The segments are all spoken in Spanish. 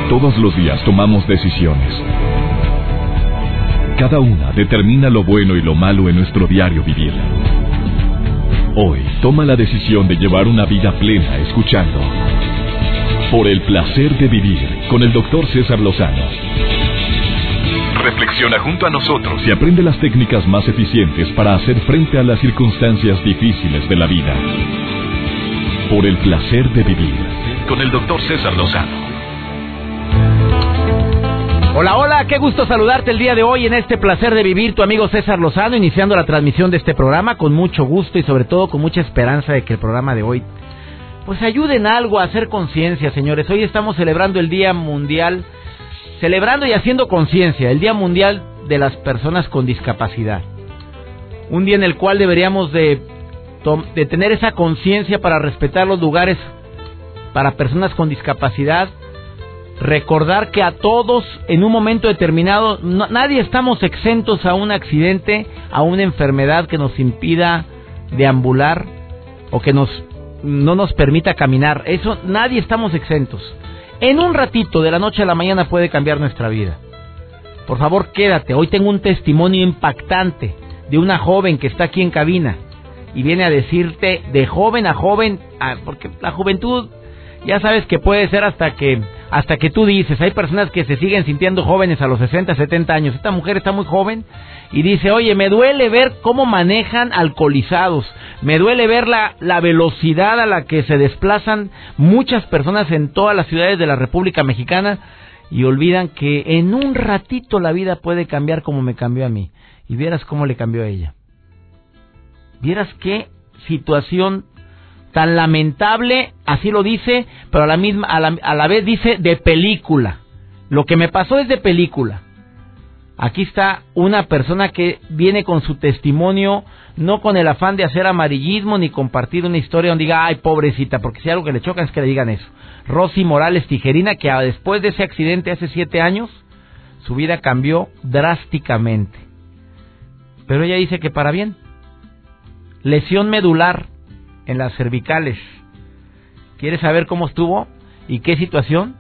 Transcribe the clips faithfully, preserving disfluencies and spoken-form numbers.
Todos los días tomamos decisiones. Cada una determina lo bueno y lo malo en nuestro diario vivir. Hoy toma la decisión de llevar una vida plena escuchando Por el placer de vivir con el doctor César Lozano. Reflexiona junto a nosotros y aprende las técnicas más eficientes para hacer frente a las circunstancias difíciles de la vida. Por el placer de vivir con el doctor César Lozano. Hola, hola, qué gusto saludarte el día de hoy en este placer de vivir, tu amigo César Lozano, iniciando la transmisión de este programa con mucho gusto y sobre todo con mucha esperanza de que el programa de hoy pues ayude en algo a hacer conciencia, señores. Hoy estamos celebrando el Día Mundial, celebrando y haciendo conciencia, el Día Mundial de las Personas con Discapacidad. Un día en el cual deberíamos de, de tener esa conciencia para respetar los lugares para personas con discapacidad. Recordar que a todos, en un momento determinado, no, nadie estamos exentos a un accidente, a una enfermedad que nos impida deambular o que nos no nos permita caminar. Eso, nadie estamos exentos. En un ratito, de la noche a la mañana, puede cambiar nuestra vida. Por favor, quédate. Hoy tengo un testimonio impactante de una joven que está aquí en cabina y viene a decirte de joven a joven, a, porque la juventud, ya sabes que puede ser hasta que hasta que tú dices. Hay personas que se siguen sintiendo jóvenes a los sesenta, setenta años. Esta mujer está muy joven y dice, oye, me duele ver cómo manejan alcoholizados. Me duele ver la, la velocidad a la que se desplazan muchas personas en todas las ciudades de la República Mexicana y olvidan que en un ratito la vida puede cambiar como me cambió a mí. Y vieras cómo le cambió a ella. Vieras qué situación tan lamentable, así lo dice, pero a la misma a la, a la vez dice de película. Lo que me pasó es de película. Aquí está una persona que viene con su testimonio, no con el afán de hacer amarillismo ni compartir una historia donde diga, ay, pobrecita, porque si algo que le choca es que le digan eso. Rosy Morales Tijerina, que después de ese accidente hace siete años, su vida cambió drásticamente. Pero ella dice que para bien. Lesión medular en las cervicales. ¿Quieres saber cómo estuvo y qué situación?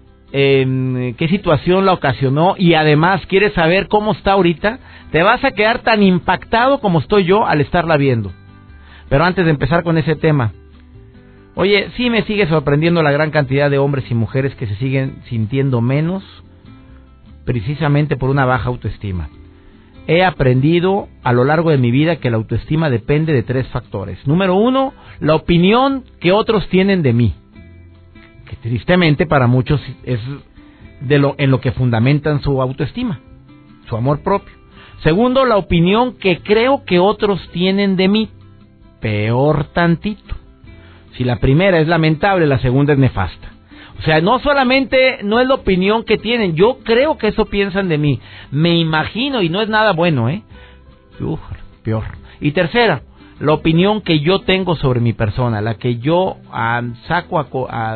Eh, ¿Qué situación la ocasionó? Y además, ¿quieres saber cómo está ahorita? Te vas a quedar tan impactado como estoy yo al estarla viendo. Pero antes de empezar con ese tema, oye, sí me sigue sorprendiendo la gran cantidad de hombres y mujeres que se siguen sintiendo menos precisamente por una baja autoestima. He aprendido a lo largo de mi vida que la autoestima depende de tres factores. Número uno, la opinión que otros tienen de mí, que tristemente para muchos es de lo en lo que fundamentan su autoestima, su amor propio. Segundo, la opinión que creo que otros tienen de mí, peor tantito. Si la primera es lamentable, la segunda es nefasta. O sea, no solamente no es la opinión que tienen, yo creo que eso piensan de mí, me imagino, y no es nada bueno, ¿eh? Uf, peor. Y tercera, la opinión que yo tengo sobre mi persona, la que yo ah, saco a, a,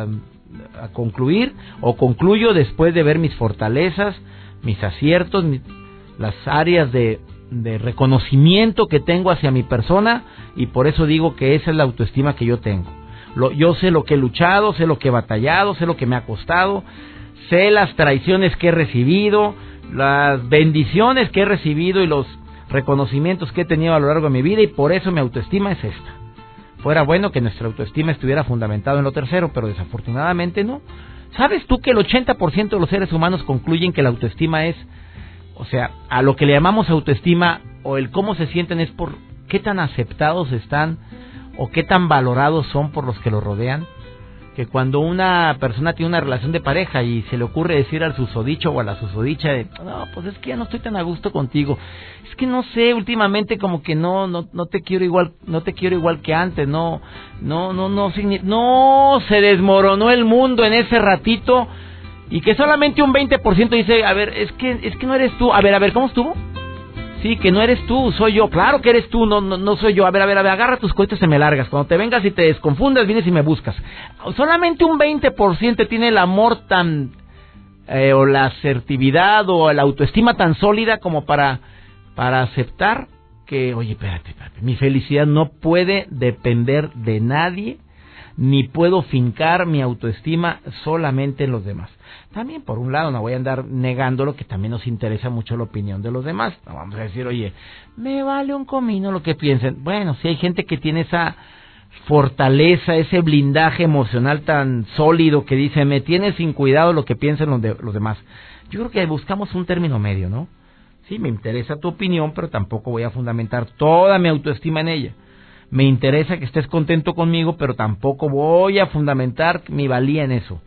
a concluir o concluyo después de ver mis fortalezas, mis aciertos, mis, las áreas de, de reconocimiento que tengo hacia mi persona, y por eso digo que esa es la autoestima que yo tengo. Lo, yo sé lo que he luchado, sé lo que he batallado, sé lo que me ha costado, sé las traiciones que he recibido, las bendiciones que he recibido y los reconocimientos que he tenido a lo largo de mi vida, y por eso mi autoestima es esta. Fuera bueno que nuestra autoestima estuviera fundamentado en lo tercero, pero desafortunadamente no. ¿Sabes tú que el ochenta por ciento de los seres humanos concluyen que la autoestima es, o sea, a lo que le llamamos autoestima o el cómo se sienten es por qué tan aceptados están o qué tan valorados son por los que los rodean? Que cuando una persona tiene una relación de pareja y se le ocurre decir al susodicho o a la susodicha de, no, pues es que ya no estoy tan a gusto contigo, es que no sé, últimamente como que no no no te quiero igual, no te quiero igual que antes, no no no no no, no se desmoronó el mundo en ese ratito, y que solamente un veinte por ciento dice, a ver, es que es que no eres tú, a ver, a ver, ¿cómo estuvo? Sí, que no eres tú, soy yo. Claro que eres tú, no no, no soy yo. A ver, a ver, a ver, agarra tus cohetes y me largas. Cuando te vengas y te desconfundas, vienes y me buscas. Solamente un veinte por ciento tiene el amor tan, eh, o la asertividad, o la autoestima tan sólida como para, para aceptar que, oye, espérate, espérate, mi felicidad no puede depender de nadie, ni puedo fincar mi autoestima solamente en los demás. También, por un lado, no voy a andar negando lo que también nos interesa mucho la opinión de los demás. No vamos a decir, oye, me vale un comino lo que piensen. Bueno, si hay gente que tiene esa fortaleza, ese blindaje emocional tan sólido que dice, me tiene sin cuidado lo que piensen los, de, los demás. Yo creo que buscamos un término medio, ¿no? Sí, me interesa tu opinión, pero tampoco voy a fundamentar toda mi autoestima en ella. Me interesa que estés contento conmigo, pero tampoco voy a fundamentar mi valía en eso.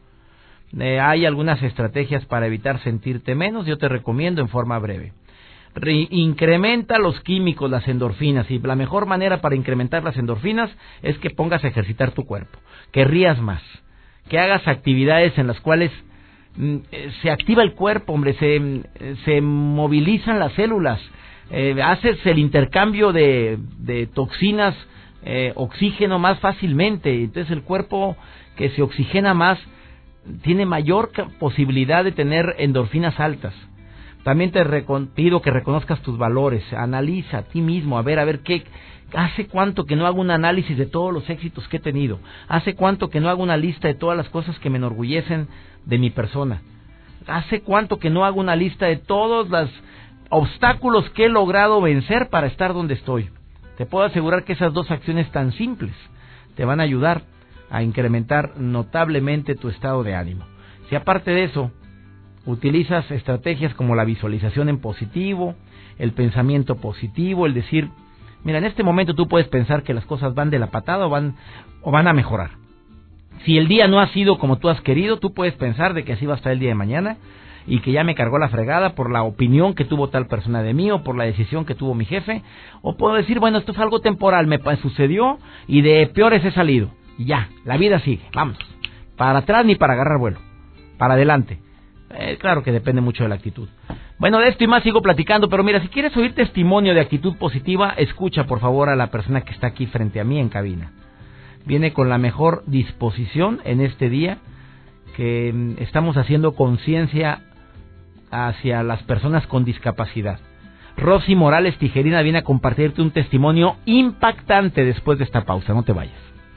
Eh, hay algunas estrategias para evitar sentirte menos, yo te recomiendo en forma breve. Re- incrementa los químicos, las endorfinas, y la mejor manera para incrementar las endorfinas es que pongas a ejercitar tu cuerpo, que rías más, que hagas actividades en las cuales mm, se activa el cuerpo, hombre, se, se movilizan las células, eh, haces el intercambio de, de toxinas, eh, oxígeno más fácilmente, entonces el cuerpo que se oxigena más tiene mayor posibilidad de tener endorfinas altas. También te recon- pido que reconozcas tus valores, analiza a ti mismo, a ver, a ver qué, hace cuánto que no hago un análisis de todos los éxitos que he tenido, hace cuánto que no hago una lista de todas las cosas que me enorgullecen de mi persona, hace cuánto que no hago una lista de todos los obstáculos que he logrado vencer para estar donde estoy. Te puedo asegurar que esas dos acciones tan simples te van a ayudar a incrementar notablemente tu estado de ánimo. Si aparte de eso utilizas estrategias como la visualización en positivo, el pensamiento positivo, el decir, mira, en este momento tú puedes pensar que las cosas van de la patada o van o van a mejorar. Si el día no ha sido como tú has querido, tú puedes pensar de que así va a estar el día de mañana y que ya me cargó la fregada por la opinión que tuvo tal persona de mí o por la decisión que tuvo mi jefe, o puedo decir, bueno, esto fue algo temporal, me sucedió y de peores he salido. Y ya, la vida sigue, vamos, para atrás ni para agarrar vuelo, para adelante. Eh, claro que depende mucho de la actitud. Bueno, de esto y más sigo platicando, pero mira, si quieres oír testimonio de actitud positiva, escucha por favor a la persona que está aquí frente a mí en cabina. Viene con la mejor disposición en este día, que mm, estamos haciendo conciencia hacia las personas con discapacidad. Rosy Morales Tijerina viene a compartirte un testimonio impactante después de esta pausa, no te vayas.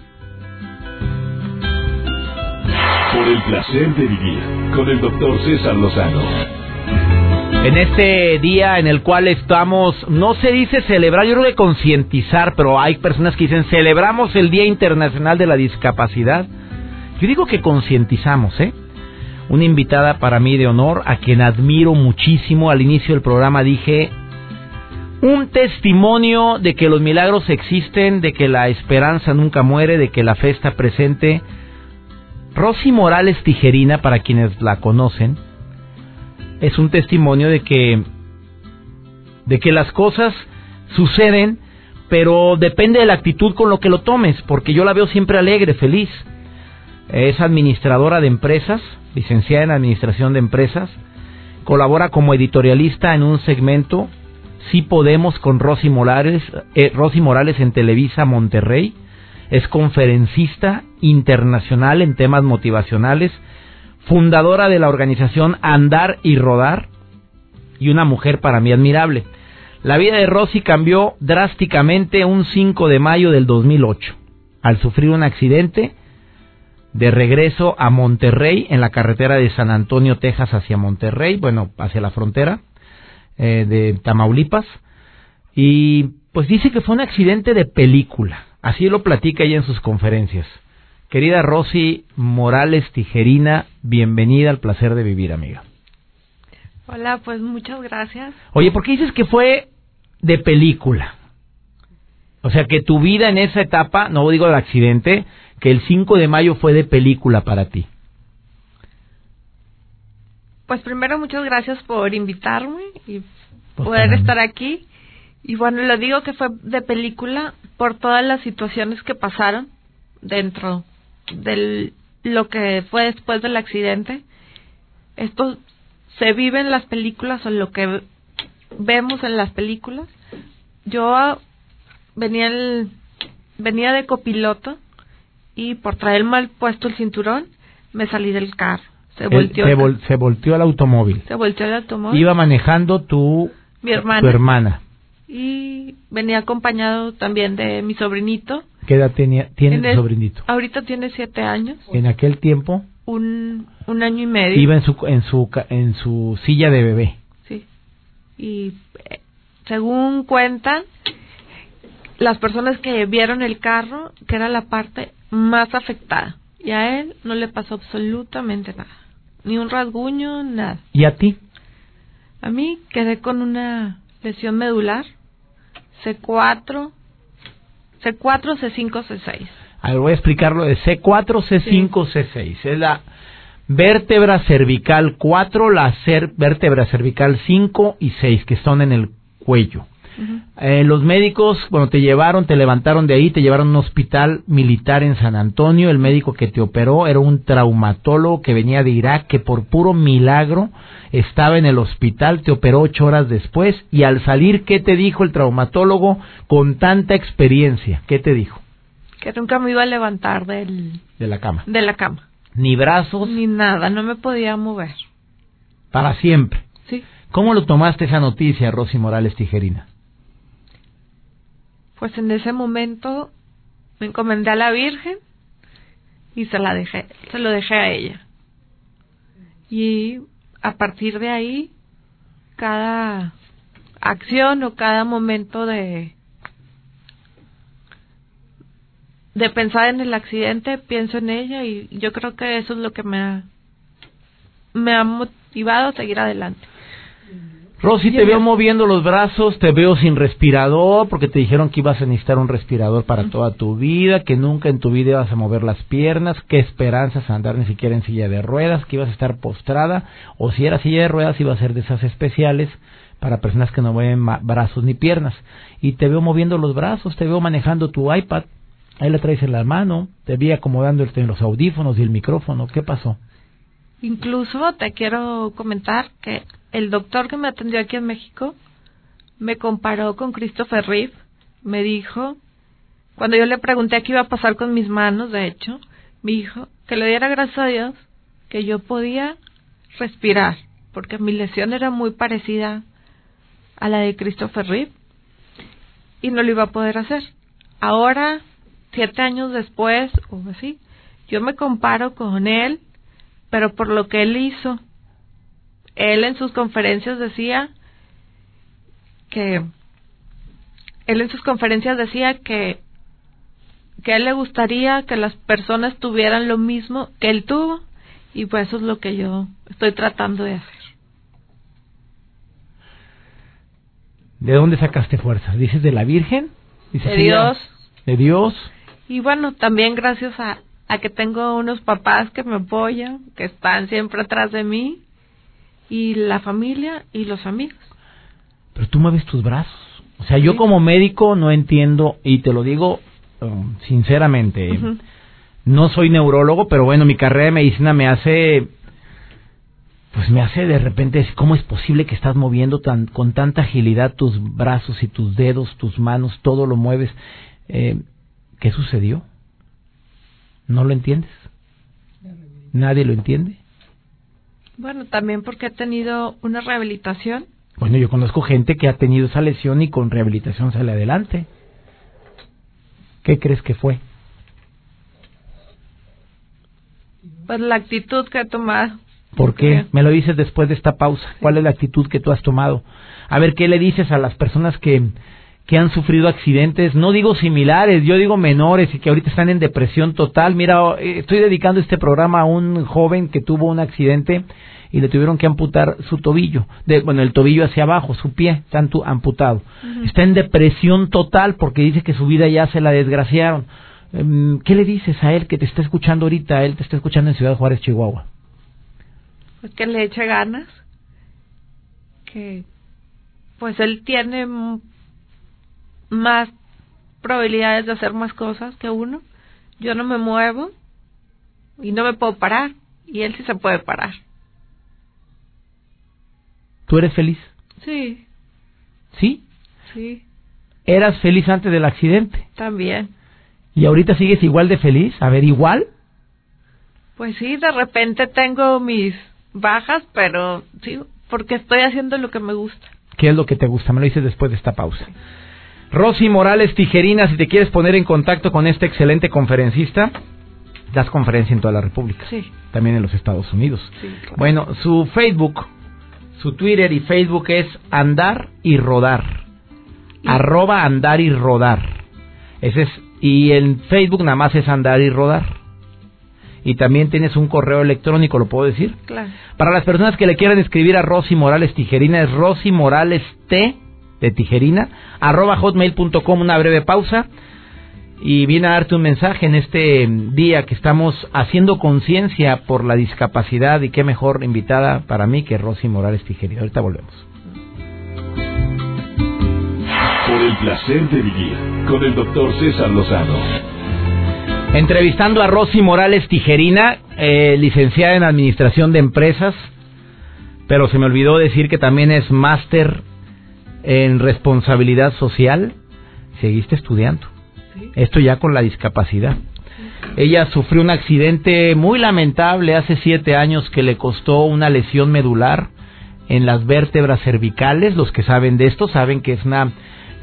Por el placer de vivir con el doctor César Lozano. En este día en el cual estamos, no se dice celebrar, yo creo que concientizar, pero hay personas que dicen celebramos el Día Internacional de la Discapacidad. Yo digo que concientizamos, ¿eh? Una invitada para mí de honor, a quien admiro muchísimo. Al inicio del programa dije, un testimonio de que los milagros existen, de que la esperanza nunca muere, de que la fe está presente. Rosy Morales Tijerina, para quienes la conocen, es un testimonio de que de que las cosas suceden, pero depende de la actitud con lo que lo tomes, porque yo la veo siempre alegre, feliz. Es administradora de empresas, licenciada en administración de empresas, colabora como editorialista en un segmento Sí Podemos con Rosy Morales, eh, Rosy Morales en Televisa Monterrey. Es conferencista internacional en temas motivacionales, fundadora de la organización Andar y Rodar, y una mujer para mí admirable. La vida de Rosy cambió drásticamente un cinco de mayo del dos mil ocho, al sufrir un accidente de regreso a Monterrey, en la carretera de San Antonio, Texas, hacia Monterrey, bueno, hacia la frontera eh, de Tamaulipas, y pues dice que fue un accidente de película. Así lo platica ella en sus conferencias. Querida Rosy Morales Tijerina, bienvenida al placer de vivir, amiga. Hola, pues muchas gracias. Oye, ¿por qué dices que fue de película? O sea, que tu vida en esa etapa, no digo el accidente, que el cinco de mayo fue de película para ti. Pues primero, muchas gracias por invitarme y Pues poder también. estar aquí. Y bueno, lo digo que fue de película por todas las situaciones que pasaron dentro de lo que fue después del accidente. Esto se vive en las películas o lo que vemos en las películas. Yo venía el, venía de copiloto y por traer mal puesto el cinturón me salí del carro. Se volteó, El, se, vol, se volteó el automóvil. se volteó el automóvil. Iba manejando tu, Mi hermana. tu hermana. Y venía acompañado también de mi sobrinito ¿Qué edad tenía, tiene tu el, sobrinito? Ahorita tiene siete años. En aquel tiempo... Un, un año y medio. Iba en su, en su, en su silla de bebé. Sí. Y eh, según cuentan, las personas que vieron el carro, que era la parte más afectada. Y a él no le pasó absolutamente nada. Ni un rasguño, nada. ¿Y a ti? A mí quedé con una lesión medular. C cuatro, C cuatro, C cinco, C seis. A ver, voy a explicar lo de C cuatro, C cinco, sí. C seis. Es la vértebra cervical cuatro, la cer- vértebra cervical cinco y seis, que están en el cuello. Uh-huh. Eh, los médicos, cuando te llevaron, te levantaron de ahí, te llevaron a un hospital militar en San Antonio. El médico que te operó era un traumatólogo que venía de Irak, que por puro milagro estaba en el hospital, te operó ocho horas después, y al salir, ¿qué te dijo el traumatólogo con tanta experiencia? ¿Qué te dijo? Que nunca me iba a levantar del... De la cama. De la cama. Ni brazos. Ni nada, no me podía mover. Para siempre. Sí. ¿Cómo lo tomaste esa noticia, Rosy Morales Tijerina? Pues en ese momento me encomendé a la Virgen y se la dejé, se lo dejé a ella. Y a partir de ahí, cada acción o cada momento de de pensar en el accidente, pienso en ella, y yo creo que eso es lo que me ha me ha motivado a seguir adelante. Rosy, te veo moviendo los brazos, te veo sin respirador, porque te dijeron que ibas a necesitar un respirador para toda tu vida, que nunca en tu vida ibas a mover las piernas, qué esperanzas andar ni siquiera en silla de ruedas, que ibas a estar postrada, o si era silla de ruedas iba a ser de esas especiales para personas que no mueven brazos ni piernas. Y te veo moviendo los brazos, te veo manejando tu iPad, ahí la traes en la mano, te vi acomodándote en los audífonos y el micrófono. ¿Qué pasó? Incluso te quiero comentar que el doctor que me atendió aquí en México me comparó con Christopher Reeve. Me dijo, cuando yo le pregunté qué iba a pasar con mis manos, de hecho, me dijo que le diera gracias a Dios que yo podía respirar, porque mi lesión era muy parecida a la de Christopher Reeve y no lo iba a poder hacer. Ahora, siete años después, o así, yo me comparo con él, pero por lo que él hizo. Él en sus conferencias decía que él en sus conferencias decía que que a él le gustaría que las personas tuvieran lo mismo que él tuvo, y pues eso es lo que yo estoy tratando de hacer. ¿De dónde sacaste fuerza? ¿Dices de la Virgen? ¿Dices de Dios. ¿De Dios? Y bueno, también gracias a, a que tengo unos papás que me apoyan, que están siempre atrás de mí, y la familia y los amigos. Pero tú mueves tus brazos. O sea, sí. Yo como médico no entiendo, y te lo digo um, sinceramente, uh-huh. No soy neurólogo, pero bueno, mi carrera de medicina me hace, pues me hace de repente, ¿cómo es posible que estás moviendo tan con tanta agilidad tus brazos y tus dedos, tus manos, todo lo mueves? Eh, ¿Qué sucedió? ¿No lo entiendes? ¿Nadie lo entiende? Bueno, también porque he tenido una rehabilitación. Bueno, yo conozco gente que ha tenido esa lesión y con rehabilitación sale adelante. ¿Qué crees que fue? Pues la actitud que he tomado. ¿Por qué? Me lo dices después de esta pausa. Sí. ¿Cuál es la actitud que tú has tomado? A ver, ¿qué le dices a las personas que, que han sufrido accidentes? No digo similares, yo digo menores y que ahorita están en depresión total. Mira, estoy dedicando este programa a un joven que tuvo un accidente y le tuvieron que amputar su tobillo, de, bueno, el tobillo hacia abajo, su pie, está amputado. Uh-huh. Está en depresión total porque dice que su vida ya se la desgraciaron. ¿Qué le dices a él que te está escuchando ahorita? Él te está escuchando en Ciudad Juárez, Chihuahua. Pues que le eche ganas, que pues él tiene más probabilidades de hacer más cosas que uno. Yo no me muevo y no me puedo parar, y él sí se puede parar. ¿Tú eres feliz? Sí. ¿Sí? Sí. ¿Eras feliz antes del accidente? También. ¿Y ahorita sigues igual de feliz? A ver, ¿igual? Pues sí, de repente tengo mis bajas, pero sí, porque estoy haciendo lo que me gusta. ¿Qué es lo que te gusta? Me lo dices después de esta pausa. Rosy Morales Tijerina, si te quieres poner en contacto con este excelente conferencista, das conferencia en toda la República. Sí. También en los Estados Unidos. Sí, claro. Bueno, su Facebook, su Twitter y Facebook es Andar y Rodar. Y... Arroba Andar y Rodar. Ese es, y en Facebook nada más es Andar y Rodar. Y también tienes un correo electrónico, ¿lo puedo decir? Claro. Para las personas que le quieran escribir a Rosy Morales Tijerina, es Rosy Morales T de Tijerina, arroba hotmail punto com. Una breve pausa y viene a darte un mensaje en este día que estamos haciendo conciencia por la discapacidad, y qué mejor invitada para mí que Rosy Morales Tijerina. Ahorita volvemos. Por el placer de vivir con el doctor César Lozano. Entrevistando a Rosy Morales Tijerina, eh, licenciada en Administración de Empresas, pero se me olvidó decir que también es máster en Responsabilidad Social. Seguiste estudiando. ¿Sí? Esto ya con la discapacidad. Ella sufrió un accidente muy lamentable hace siete años que le costó una lesión medular en las vértebras cervicales. Los que saben de esto saben que es una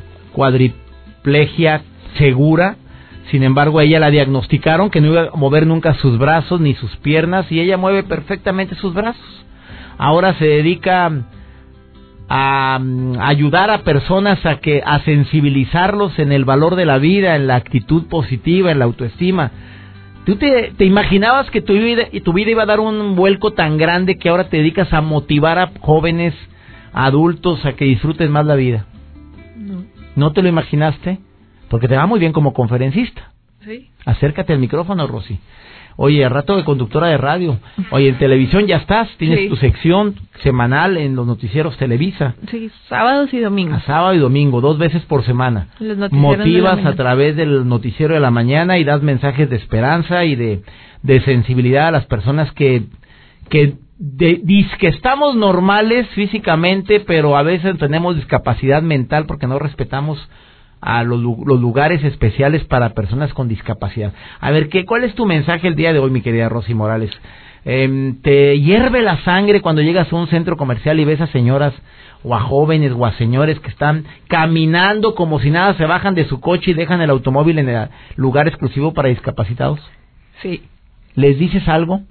cuadriplegia segura. Sin embargo, a ella la diagnosticaron que no iba a mover nunca sus brazos ni sus piernas, y ella mueve perfectamente sus brazos. Ahora se dedica a ayudar a personas a que a sensibilizarlos en el valor de la vida, en la actitud positiva, en la autoestima. ¿Tú te, te imaginabas que tu vida, tu vida iba a dar un vuelco tan grande que ahora te dedicas a motivar a jóvenes, a adultos, a que disfruten más la vida? No. ¿No te lo imaginaste? Porque te va muy bien como conferencista. Sí. Acércate al micrófono, Rosy. Oye, al rato de conductora de radio. Oye, en televisión ya estás. Tienes sí. tu sección semanal en los noticieros Televisa. Sí, sábados y domingos. A sábado y domingo, dos veces por semana. Los noticieros Motivas a través del noticiero de la mañana y das mensajes de esperanza y de, de sensibilidad a las personas que, que de, que estamos normales físicamente, pero a veces tenemos discapacidad mental porque no respetamos a los, los lugares especiales para personas con discapacidad. A ver, ¿qué, ¿cuál es tu mensaje el día de hoy, mi querida Rosy Morales? Eh, ¿Te hierve la sangre cuando llegas a un centro comercial y ves a señoras o a jóvenes o a señores que están caminando como si nada, se bajan de su coche y dejan el automóvil en el lugar exclusivo para discapacitados? Sí. ¿Les dices algo?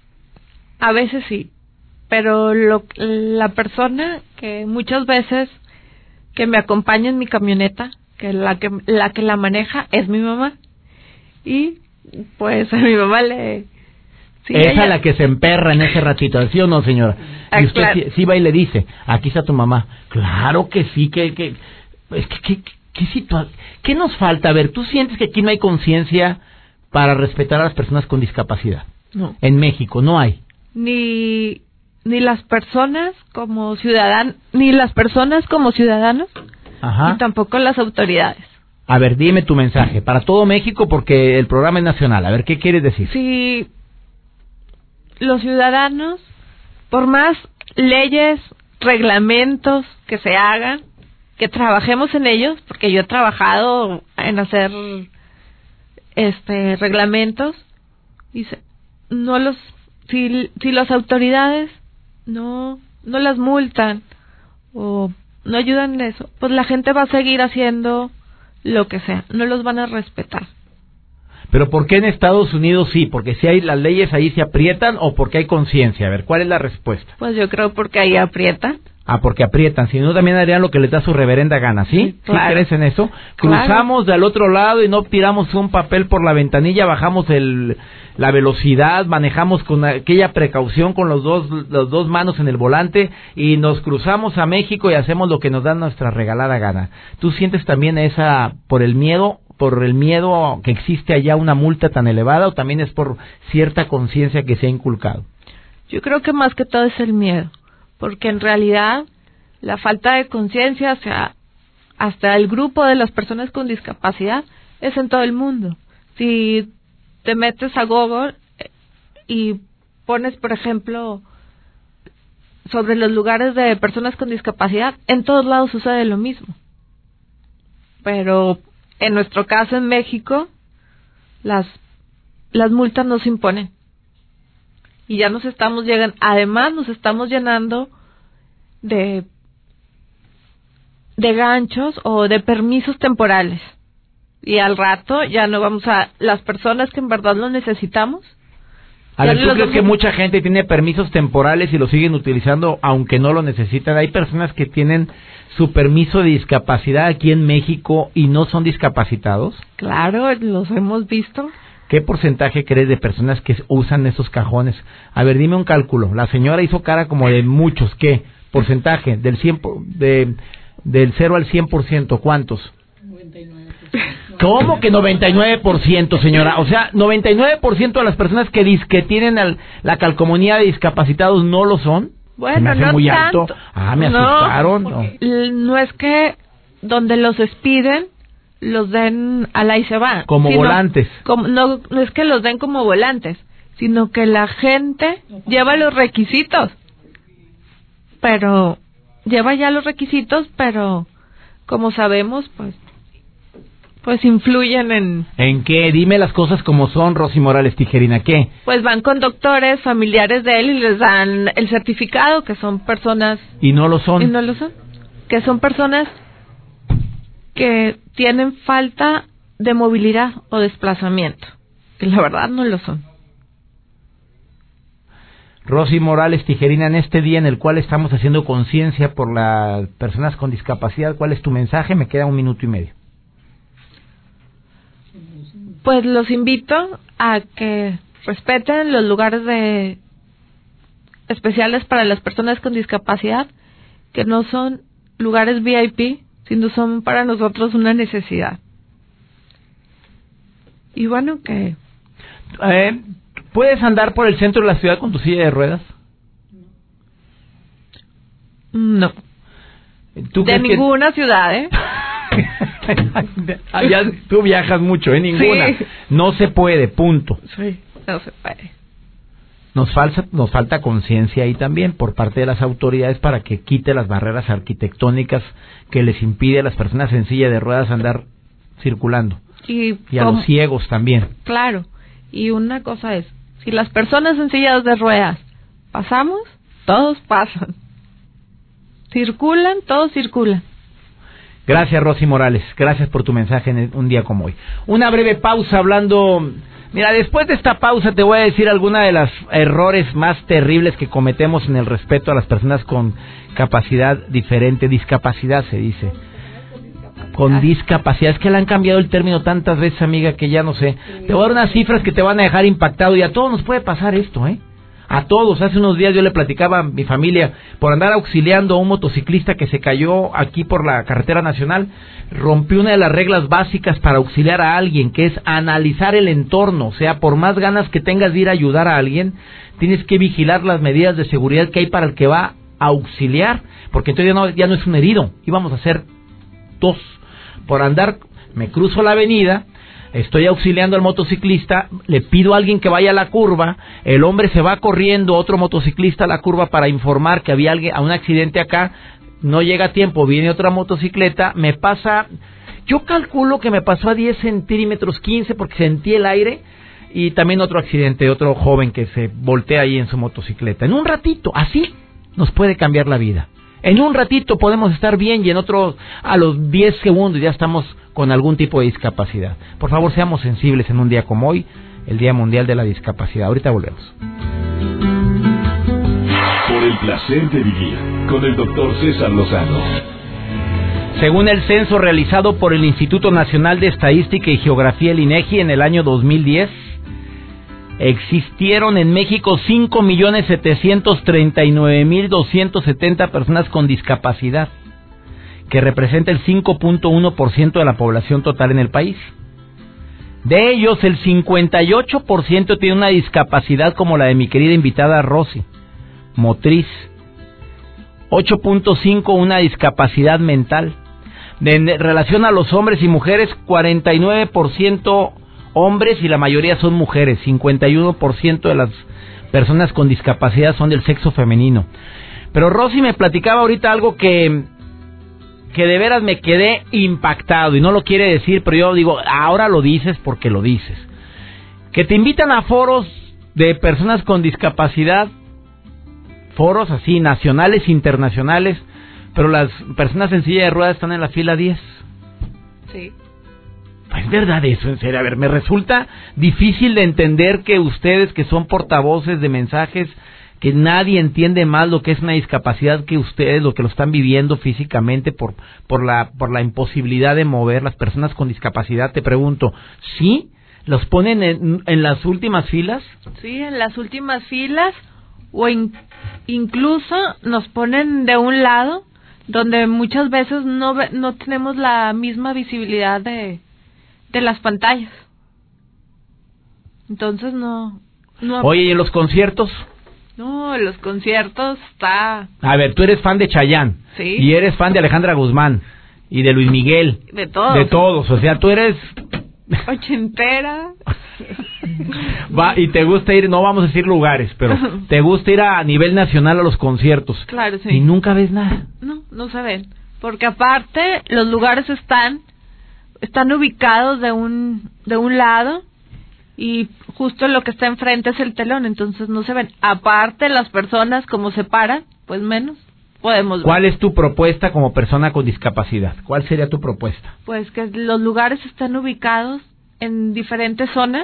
A veces sí, pero lo, la persona que muchas veces que me acompaña en mi camioneta, que la que la que la maneja es mi mamá, y pues a mi mamá le sí, esa ella... la que se emperra en ese ratito, ¿sí o no, señora? Ah, y usted claro. sí, sí va y le dice, aquí está tu mamá. Claro que sí, que que es que qué qué situa- qué nos falta. A ver, ¿tú sientes que aquí no hay conciencia para respetar a las personas con discapacidad? No. En México no hay. Ni ni las personas como ciudadan ni las personas como ciudadanos. Ajá. Y tampoco las autoridades. A ver, dime tu mensaje para todo México porque el programa es nacional. A ver, ¿qué quieres decir? Si los ciudadanos, por más leyes, reglamentos que se hagan, que trabajemos en ellos, porque yo he trabajado en hacer este reglamentos, dice, no los si si las autoridades no no las multan o no ayudan en eso, pues la gente va a seguir haciendo lo que sea, no los van a respetar. Pero ¿por qué en Estados Unidos sí? ¿Porque si hay las leyes ahí se aprietan o porque hay conciencia? A ver, ¿cuál es la respuesta? Pues yo creo porque ahí aprietan. Ah, porque aprietan, si no también harían lo que les da su reverenda gana, ¿sí? Sí, claro. ¿Sí crees en eso? Claro. Cruzamos del otro lado y no tiramos un papel por la ventanilla, bajamos el, la velocidad, manejamos con aquella precaución con los dos, los dos manos en el volante y nos cruzamos a México y hacemos lo que nos da nuestra regalada gana. ¿Tú sientes también esa, por el miedo, por el miedo que existe allá una multa tan elevada, o también es por cierta conciencia que se ha inculcado? Yo creo que más que todo es el miedo. Porque en realidad la falta de conciencia, o sea, hasta el grupo de las personas con discapacidad es en todo el mundo. Si te metes a Google y pones, por ejemplo, sobre los lugares de personas con discapacidad, en todos lados sucede lo mismo. Pero en nuestro caso en México, las las multas no se imponen. Y ya nos estamos llegando, además nos estamos llenando de de ganchos o de permisos temporales. Y al rato ya no vamos a... Las personas que en verdad lo necesitamos... A ver, ¿tú crees que mucha gente tiene permisos temporales y lo siguen utilizando aunque no lo necesitan? Hay personas que tienen su permiso de discapacidad aquí en México y no son discapacitados. Claro, los hemos visto. ¿Qué porcentaje crees de personas que usan esos cajones? A ver, dime un cálculo. La señora hizo cara como de muchos. ¿Qué porcentaje? Del cien por, de, del cero al cien por ciento, ¿cuántos? noventa y nueve por ciento. ¿Cómo que noventa y nueve por ciento, señora? O sea, noventa y nueve por ciento de las personas que, dis, que tienen el, la calcomanía de discapacitados no lo son. Bueno, Se me hace no muy tanto. alto. Ah, me no, asustaron. No. no es que donde los expiden los den al ahí se va. Como sino, volantes. Como, no, no es que los den como volantes, sino que la gente lleva los requisitos. Pero, lleva ya los requisitos, pero como sabemos, pues, pues influyen en... ¿En qué? Dime las cosas como son, Rosy Morales Tijerina. ¿Qué? Pues van con doctores, familiares de él y les dan el certificado que son personas... Y no lo son. Y no lo son. Que son personas que tienen falta de movilidad o desplazamiento. Y la verdad no lo son. Rosy Morales Tijerina, en este día en el cual estamos haciendo conciencia por las personas con discapacidad, ¿cuál es tu mensaje? Me queda un minuto y medio. Pues los invito a que respeten los lugares de especiales para las personas con discapacidad, que no son lugares V I P, sino son para nosotros una necesidad. Y bueno, que... Eh, ¿Puedes andar por el centro de la ciudad con tu silla de ruedas? No. ¿Tú de ninguna que... ciudad, ¿eh? Ya, tú viajas mucho, ¿eh? Ninguna. Sí. No se puede, punto. Sí, no se puede. Nos falta, nos falta conciencia ahí también por parte de las autoridades para que quite las barreras arquitectónicas que les impide a las personas en silla de ruedas andar circulando. Y, y a los ciegos también. Claro. Y una cosa es, si las personas en sillas de ruedas pasamos, todos pasan. Circulan, todos circulan. Gracias, Rosy Morales. Gracias por tu mensaje en un día como hoy. Una breve pausa hablando... Mira, después de esta pausa te voy a decir alguna de los errores más terribles que cometemos en el respeto a las personas con capacidad diferente. Discapacidad se dice. Con discapacidad. Es que le han cambiado el término tantas veces, amiga, que ya no sé. Te voy a dar unas cifras que te van a dejar impactado. Y a todos nos puede pasar esto, ¿eh? A todos. Hace unos días yo le platicaba a mi familia por andar auxiliando a un motociclista que se cayó aquí por la carretera nacional. Rompió una de las reglas básicas para auxiliar a alguien, que es analizar el entorno. O sea, por más ganas que tengas de ir a ayudar a alguien, tienes que vigilar las medidas de seguridad que hay para el que va a auxiliar. Porque entonces ya no, ya no es un herido. Íbamos a hacer dos. Por andar, me cruzo la avenida... Estoy auxiliando al motociclista, le pido a alguien que vaya a la curva, el hombre se va corriendo, otro motociclista a la curva para informar que había alguien, a un accidente acá, no llega a tiempo, viene otra motocicleta, me pasa, yo calculo que me pasó a diez centímetros, quince, porque sentí el aire, y también otro accidente, otro joven que se voltea ahí en su motocicleta. En un ratito, así nos puede cambiar la vida. En un ratito podemos estar bien y en otro, a los diez segundos ya estamos con algún tipo de discapacidad. Por favor, seamos sensibles en un día como hoy, el Día Mundial de la Discapacidad. Ahorita volvemos. Por el placer de vivir, con el doctor César Lozano. Según el censo realizado por el Instituto Nacional de Estadística y Geografía, el INEGI, en el año dos mil diez, existieron en México cinco millones setecientos treinta y nueve mil doscientos setenta personas con discapacidad, que representa el cinco punto uno por ciento de la población total en el país. De ellos, el cincuenta y ocho por ciento tiene una discapacidad como la de mi querida invitada Rosy, motriz. ocho punto cinco una discapacidad mental. De, en relación a los hombres y mujeres, cuarenta y nueve por ciento hombres y la mayoría son mujeres. cincuenta y uno por ciento de las personas con discapacidad son del sexo femenino. Pero Rosy me platicaba ahorita algo que, que de veras me quedé impactado, y no lo quiere decir, pero yo digo, ahora lo dices porque lo dices. Que te invitan a foros de personas con discapacidad, foros así, nacionales, internacionales, pero las personas en silla de ruedas están en la fila diez. Sí. Es verdad eso, en serio. A ver, me resulta difícil de entender que ustedes, que son portavoces de mensajes, que nadie entiende más lo que es una discapacidad que ustedes, lo que lo están viviendo físicamente por por la por la imposibilidad de mover. Las personas con discapacidad, te pregunto, ¿sí? ¿Los ponen en, en las últimas filas? Sí, en las últimas filas, o in, incluso nos ponen de un lado, donde muchas veces no no tenemos la misma visibilidad de de las pantallas. Entonces no... no Oye, ¿y en los conciertos? No, en los conciertos está... A ver, tú eres fan de Chayanne. Sí. Y eres fan de Alejandra Guzmán. Y de Luis Miguel. De todos. De todos, o sea, tú eres... ochentera. Va, y te gusta ir, no vamos a decir lugares, pero te gusta ir a nivel nacional a los conciertos. Claro, sí. Y nunca ves nada. No, no se ven. Porque aparte, los lugares están... están ubicados de un de un lado y justo lo que está enfrente es el telón, entonces no se ven. Aparte, las personas como se paran, pues menos podemos ver. ¿Cuál es tu propuesta como persona con discapacidad? ¿Cuál sería tu propuesta? Pues que los lugares están ubicados en diferentes zonas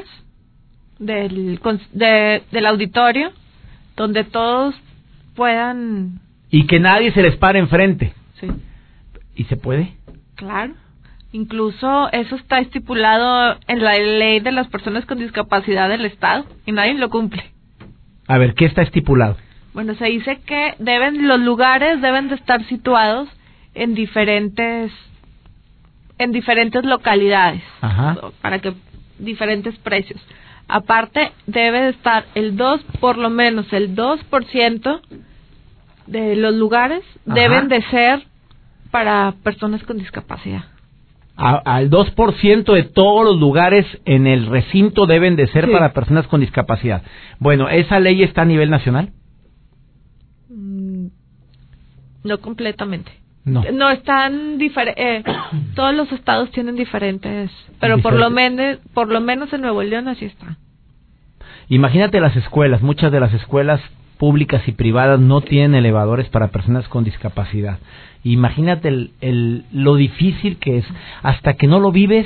del de, del auditorio, donde todos puedan... Y que nadie se les pare enfrente. Sí. ¿Y se puede? Claro. Incluso eso está estipulado en la ley de las personas con discapacidad del Estado y nadie lo cumple. A ver, ¿qué está estipulado? Bueno, se dice que deben los lugares deben de estar situados en diferentes en diferentes localidades. Ajá. Para que diferentes precios. Aparte debe de estar el dos, por lo menos el dos por ciento de los lugares Ajá. deben de ser para personas con discapacidad. A, al dos por ciento de todos los lugares en el recinto deben de ser sí. para personas con discapacidad. Bueno, ¿esa ley está a nivel nacional? Mm, no completamente. No. No, están diferentes. Eh, todos los estados tienen diferentes, pero por lo menos, por lo menos en Nuevo León así está. Imagínate las escuelas, muchas de las escuelas públicas y privadas no tienen elevadores para personas con discapacidad. Imagínate el, el, lo difícil que es. Hasta que no lo vives,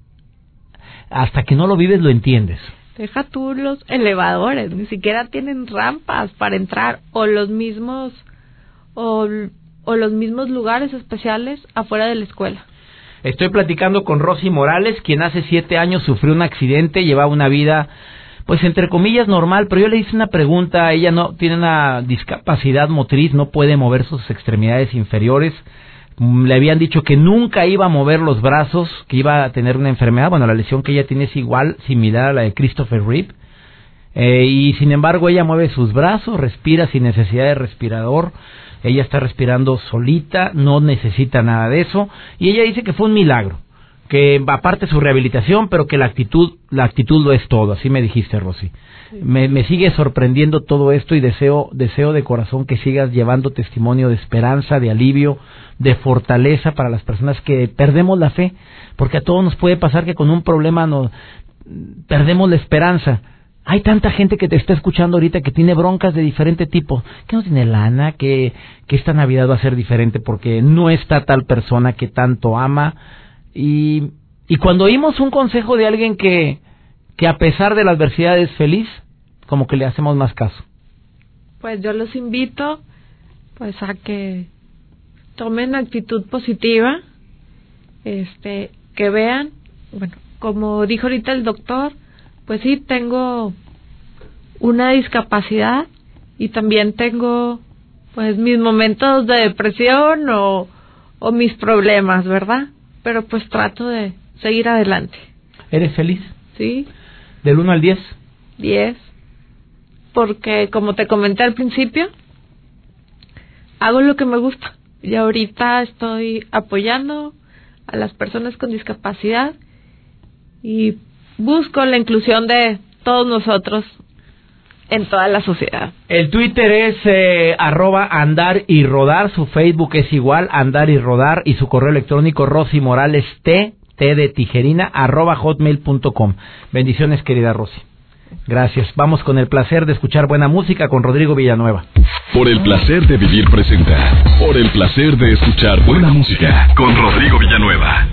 hasta que no lo vives lo entiendes. Deja tú los elevadores, ni siquiera tienen rampas para entrar, o los mismos, o, o los mismos lugares especiales afuera de la escuela. Estoy platicando con Rosy Morales, quien hace siete años sufrió un accidente, llevaba una vida... pues entre comillas normal, pero yo le hice una pregunta. Ella no tiene una discapacidad motriz, no puede mover sus extremidades inferiores. Le habían dicho que nunca iba a mover los brazos, que iba a tener una enfermedad. Bueno, la lesión que ella tiene es igual, similar a la de Christopher Reeve. Eh, y sin embargo ella mueve sus brazos, respira sin necesidad de respirador. Ella está respirando solita, no necesita nada de eso. Y ella dice que fue un milagro, que aparte su rehabilitación, pero que la actitud la actitud lo es todo. Así me dijiste, Rosy. Sí. Me, me sigue sorprendiendo todo esto y deseo deseo de corazón que sigas llevando testimonio de esperanza, de alivio, de fortaleza para las personas que perdemos la fe, porque a todos nos puede pasar que con un problema nos perdemos la esperanza. Hay tanta gente que te está escuchando ahorita que tiene broncas de diferente tipo, que no tiene lana, que, que esta Navidad va a ser diferente porque no está tal persona que tanto ama. Y, y cuando oímos un consejo de alguien que, que a pesar de la adversidad es feliz, como que le hacemos más caso. Pues yo los invito pues a que tomen actitud positiva, este, que vean, bueno, como dijo ahorita el doctor, pues sí, tengo una discapacidad y también tengo pues mis momentos de depresión o, o mis problemas, ¿verdad? Pero pues trato de seguir adelante. ¿Eres feliz? Sí. ¿Del uno al diez? diez. Porque como te comenté al principio, hago lo que me gusta. Y ahorita estoy apoyando a las personas con discapacidad y busco la inclusión de todos nosotros en toda la sociedad. El Twitter es eh, arroba andar y rodar, su Facebook es igual, andar y rodar, y su correo electrónico Rosy Morales T, T de tijerina, arroba hotmail punto com. Bendiciones, querida Rosy. Gracias. Vamos con el placer de escuchar buena música con Rodrigo Villanueva. Por el placer de vivir presenta. Por el placer de escuchar buena música con Rodrigo Villanueva.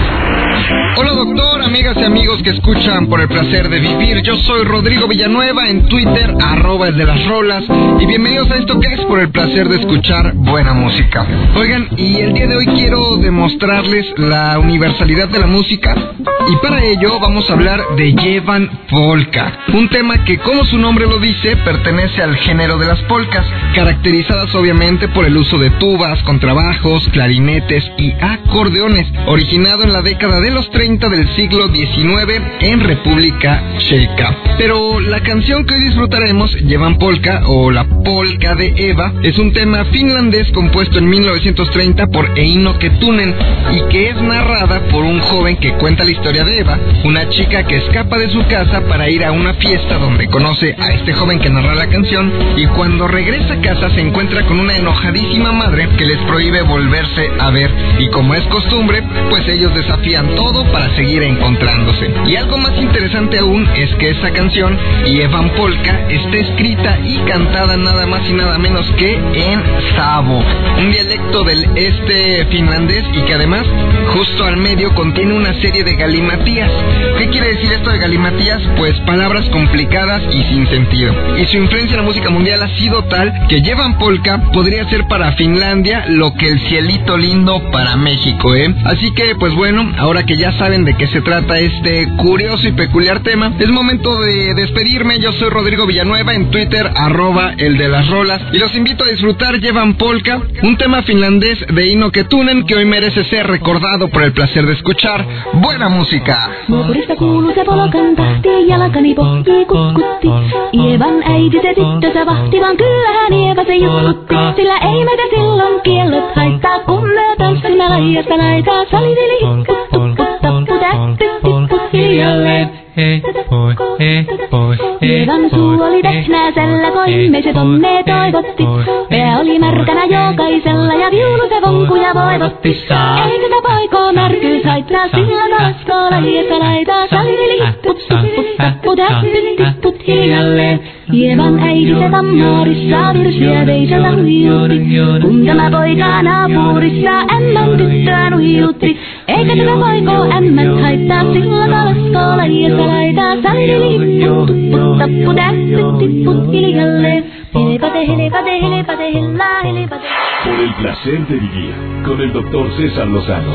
Hola doctor, amigas y amigos que escuchan Por el placer de vivir. Yo soy Rodrigo Villanueva en Twitter, arroba el de las rolas. Y bienvenidos a esto que es Por el placer de escuchar buena música. Oigan, y el día de hoy quiero demostrarles la universalidad de la música. Y para ello vamos a hablar de Llevan Polka. Un tema que, como su nombre lo dice, pertenece al género de las polcas, caracterizadas obviamente por el uso de tubas, contrabajos, clarinetes y acordeones, originado en la década de los treinta del siglo diecinueve en República Checa. Pero la canción que hoy disfrutaremos, Llevan Polka o La Polka de Eva, es un tema finlandés compuesto en mil novecientos treinta por Eino Kettunen y que es narrada por un joven que cuenta la historia de Eva, una chica que escapa de su casa para ir a una fiesta donde conoce a este joven que narra la canción, y cuando regresa a casa se encuentra con una enojadísima madre que les prohíbe volverse a ver, y como es costumbre, pues ellos desafían todo para seguir encontrándose. Y algo más interesante aún es que esta canción, Llevan Polka, está escrita y cantada nada más y nada menos que en sabo, un dialecto del este finlandés, y que además justo al medio contiene una serie de galimatías. ¿Qué quiere decir esto de galimatías? Pues palabras complicadas y sin sentido. Y su influencia en la música mundial ha sido tal que Llevan Polka podría ser para Finlandia lo que el cielito lindo para México, ¿eh? Así que, pues bueno, ahora que ya saben de qué se trata este curioso y peculiar tema, es momento de despedirme. Yo soy Rodrigo Villanueva en Twitter, arroba el de las rolas, y los invito a disfrutar Llevan Polka, un tema finlandés de Eino Kettunen que hoy merece ser recordado por el placer de escuchar buena música. Nuorista kuuluu se polkan tahti, jalkani pohjii kutkutti. Ievan äiti se tyttönsä vahti, vaan kyllähän Ieva se jutkutti. Sillä ei meitä silloin kiellot haittaa, kun me tanssimme laidasta laitaa. Salivili hikkut, tupput, tapput, ättyt, tipput hiljalleen. Hei poi, hei poi, Ievan suu oli teknäisellä, koimme se tonne toivotti. Pää oli märkänä jokaisella ja viulu se vonkuja voivotti. Ei sitä poikoo märkyys haittaa, sillä taas laidasta laitaa. Salivili hikkut, tupput, tapput, ättyt, tipput hiljalleen. Ievan äiti se tammoorissa virsiä veisellä huijutti. Kun tämä poika naapurissa ämmän tyttöön huijutti. Eikä tätä poikoo ämmät haittaa, sillä kalaskoo laidasta laitaa. Salivili hikkut, tupput, tapput, ättyt, tipput hiljalleen. Helepate, helepate, helepate, hellaa, helepate. Por el placer de vivir con el doctor César Lozano.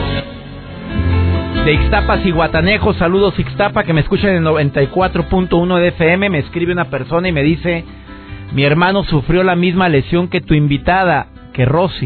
De Ixtapas y Guatanejo, saludos Ixtapa, que me escuchan en noventa y cuatro punto uno de F M. Me escribe una persona y me dice: mi hermano sufrió la misma lesión que tu invitada, que Rosy.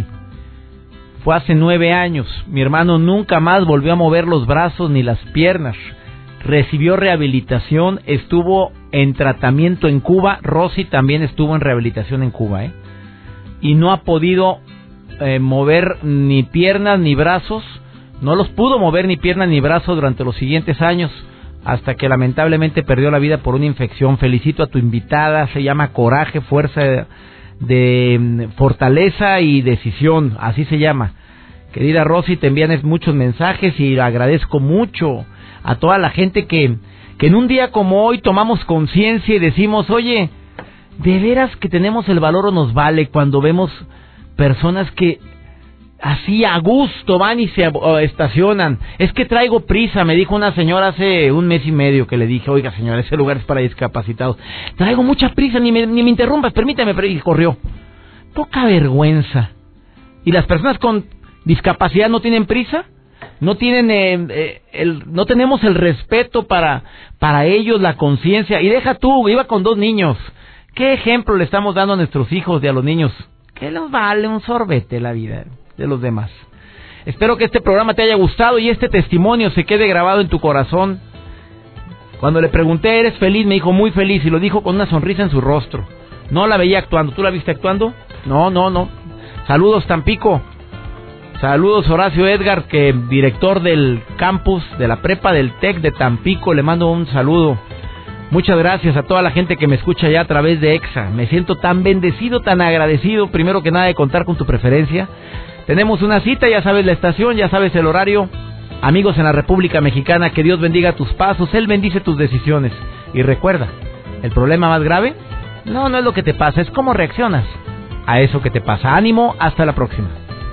Fue hace nueve años. Mi hermano nunca más volvió a mover los brazos ni las piernas. Recibió rehabilitación, estuvo en tratamiento en Cuba. Rosy también estuvo en rehabilitación en Cuba, ¿eh? Y no ha podido eh, mover ni piernas ni brazos. No los pudo mover ni piernas ni brazos durante los siguientes años, hasta que lamentablemente perdió la vida por una infección. Felicito a tu invitada, se llama Coraje, Fuerza de, de Fortaleza y Decisión, así se llama. Querida Rosy, te envían muchos mensajes y agradezco mucho a toda la gente que, que en un día como hoy tomamos conciencia y decimos: oye, de veras que tenemos el valor o nos vale cuando vemos personas que así a gusto van y se estacionan. Es que traigo prisa, me dijo una señora hace un mes y medio, que le dije: oiga señora, ese lugar es para discapacitados. Traigo mucha prisa, ni me, ni me interrumpas, permítame. Y corrió. Poca vergüenza. ¿Y las personas con discapacidad no tienen prisa? No tienen eh, eh, el, no tenemos el respeto para, para ellos, la conciencia. Y deja tú, iba con dos niños. ¿Qué ejemplo le estamos dando a nuestros hijos y a los niños? Que los vale un sorbete la vida de los demás. Espero que este programa te haya gustado y este testimonio se quede grabado en tu corazón. Cuando le pregunté: ¿eres feliz?, me dijo: muy feliz, y lo dijo con una sonrisa en su rostro. No la veía actuando. ¿Tú la viste actuando? No, no, no. Saludos Tampico. Saludos Horacio Edgar, que director del campus de la prepa del TEC de Tampico. Le mando un saludo. Muchas gracias a toda la gente que me escucha ya a través de EXA. Me siento tan bendecido, tan agradecido, primero que nada, de contar con tu preferencia. Tenemos una cita, ya sabes la estación, ya sabes el horario. Amigos en la República Mexicana, que Dios bendiga tus pasos, Él bendice tus decisiones. Y recuerda, ¿El problema más grave? No, no es lo que te pasa, es cómo reaccionas a eso que te pasa. Ánimo, hasta la próxima.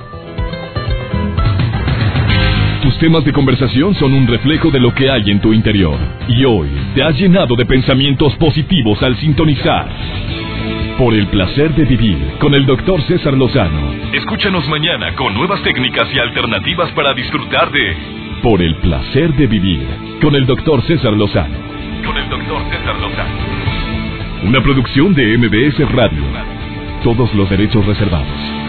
Tus temas de conversación son un reflejo de lo que hay en tu interior. Y hoy te has llenado de pensamientos positivos al sintonizar Por el placer de vivir con el doctor César Lozano. Escúchanos mañana con nuevas técnicas y alternativas para disfrutar de Por el placer de vivir con el doctor César Lozano. Con el doctor César Lozano. Una producción de M B S Radio. Todos los derechos reservados.